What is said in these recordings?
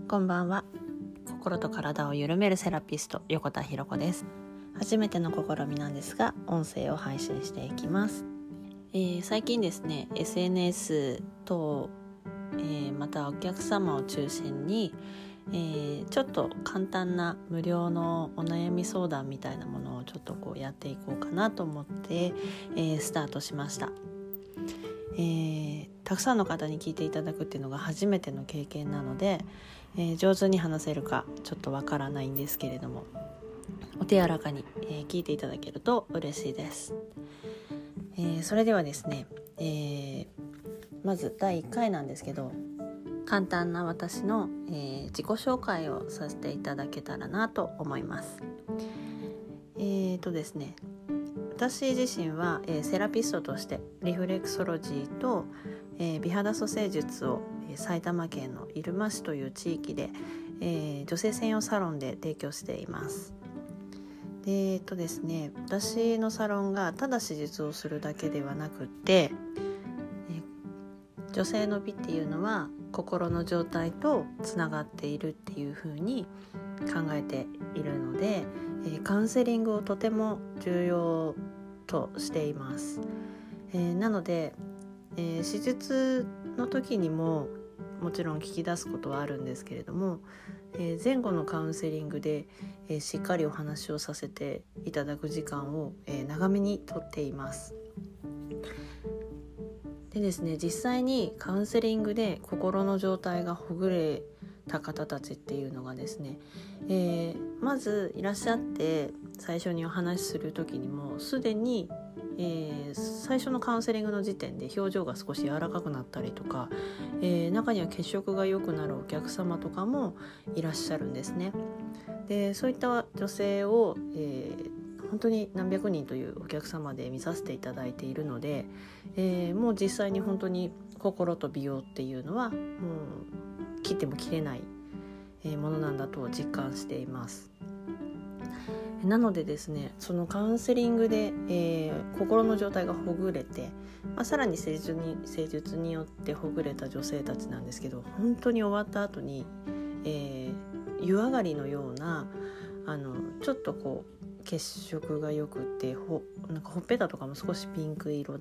こんばんは。心と体を緩めるセラピスト横田博子です。初めての試みなんですが、音声を配信していきます。最近ですね、 SNS 等、またお客様を中心に、ちょっと簡単な無料のお悩み相談みたいなものをちょっとやっていこうかなと思って、スタートしました。たくさんの方に聞いていただくっていうのが初めての経験なので、上手に話せるかちょっとわからないんですけれども、お手柔らかに、聞いていただけると嬉しいです。それではですね、まず第1回なんですけど、簡単な私の、自己紹介をさせていただけたらなと思います。ですね、私自身は、セラピストとしてリフレクソロジーと、美肌蘇生術を埼玉県の入間市という地域で、女性専用サロンで提供しています。で、ですね、私のサロンがただ施術をするだけではなくって、女性の美っていうのは心の状態とつながっているっていうふうに考えているので、カウンセリングをとても重要としています。なので、手術の時にももちろん聞き出すことはあるんですけれども、前後のカウンセリングで、しっかりお話をさせていただく時間を、長めにとっています。でですね、実際にカウンセリングで心の状態がほぐれた方たちっていうのがですね、まずいらっしゃって最初にお話しする時にもすでに、最初のカウンセリングの時点で表情が少し柔らかくなったりとか、中には血色が良くなるお客様とかもいらっしゃるんですね。で、そういった女性を、本当に何百人というお客様で見させていただいているので、もう実際に本当に心と美容っていうのはもう切っても切れないものなんだと実感しています。なのでですね、そのカウンセリングで、心の状態がほぐれて、さらに施術によってほぐれた女性たちなんですけど、本当に終わった後に、湯上がりのようなちょっと血色が良くてなんかほっぺたとかも少しピンク色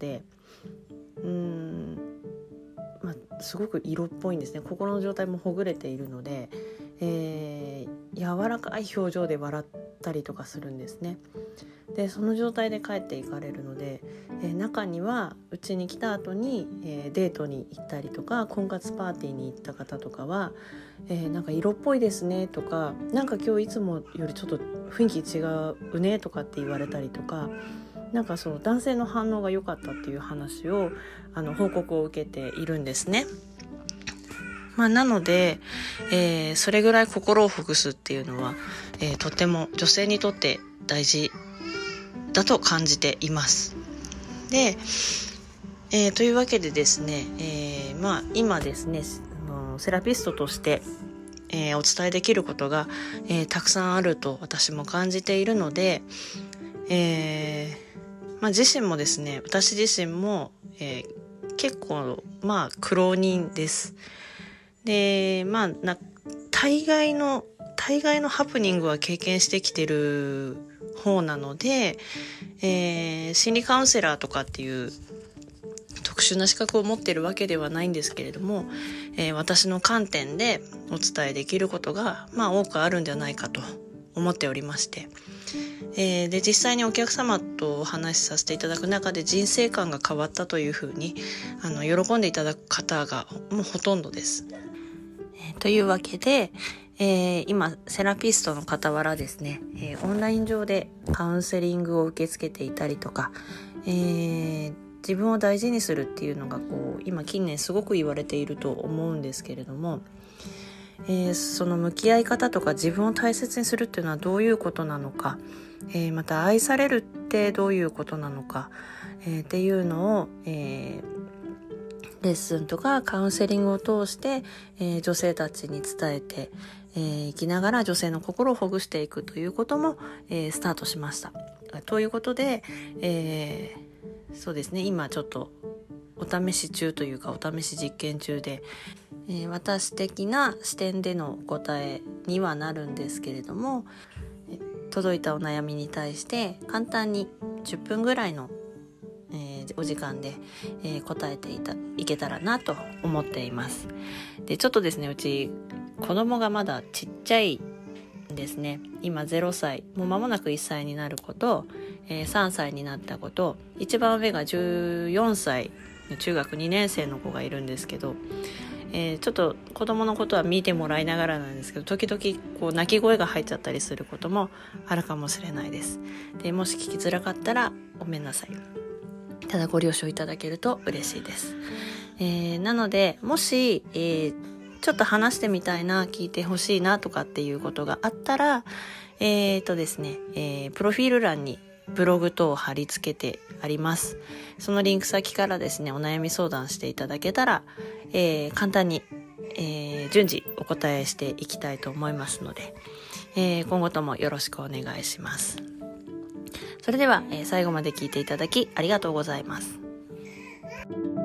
ですごく色っぽいんですね。心の状態もほぐれているので、柔らかい表情で笑ったりとかするんですね。で、その状態で帰っていかれるので、中にはうちに来た後に、デートに行ったりとか婚活パーティーに行った方とかは、なんか色っぽいですねとか、なんか今日いつもよりちょっと雰囲気違うねとかって言われたりとか、なんかそう男性の反応が良かったっていう話を報告を受けているんですね。なので、それぐらい心をほぐすっていうのは、とても女性にとって大事だと感じています。で、というわけでですね、今ですね、セラピストとして、お伝えできることが、たくさんあると私も感じているので、自身もですね、私自身も、結構苦労人です。で、大概のハプニングは経験してきてる方なので、心理カウンセラーとかっていう特殊な資格を持っているわけではないんですけれども、私の観点でお伝えできることが多くあるんじゃないかと思っておりまして、で実際にお客様とお話しさせていただく中で人生観が変わったというふうに喜んでいただく方がもうほとんどです。というわけで、今セラピストの傍らですね、オンライン上でカウンセリングを受け付けていたりとか、自分を大事にするっていうのが今近年すごく言われていると思うんですけれども、その向き合い方とか自分を大切にするっていうのはどういうことなのか、また愛されるってどういうことなのか、っていうのを、レッスンとかカウンセリングを通して、女性たちに伝えていきながら女性の心をほぐしていくということも、スタートしました。ということで、そうですね、今ちょっとお試し中というかお試し実験中で、 私的な視点でのお答えにはなるんですけれども、届いたお悩みに対して簡単に10分ぐらいの、お時間で、答えていけたらなと思っています。で、ちょっとですね、うち子供がまだちっちゃいですね。今0歳、もう間もなく1歳になる子と、3歳になった子と、一番上が14歳の中学2年生の子がいるんですけど、ちょっと子供のことは見てもらいながらなんですけど、時々こう泣き声が入っちゃったりすることもあるかもしれないです。で、もし聞きづらかったらごめんなさい。ただご了承いただけると嬉しいです。なので、もし、ちょっと話してみたいな、聞いてほしいなとかっていうことがあったら、ですね、プロフィール欄にブログ等を貼り付けてあります。そのリンク先からですね、お悩み相談していただけたら、簡単に、順次お答えしていきたいと思いますので、今後ともよろしくお願いします。それでは、最後まで聞いていただきありがとうございます。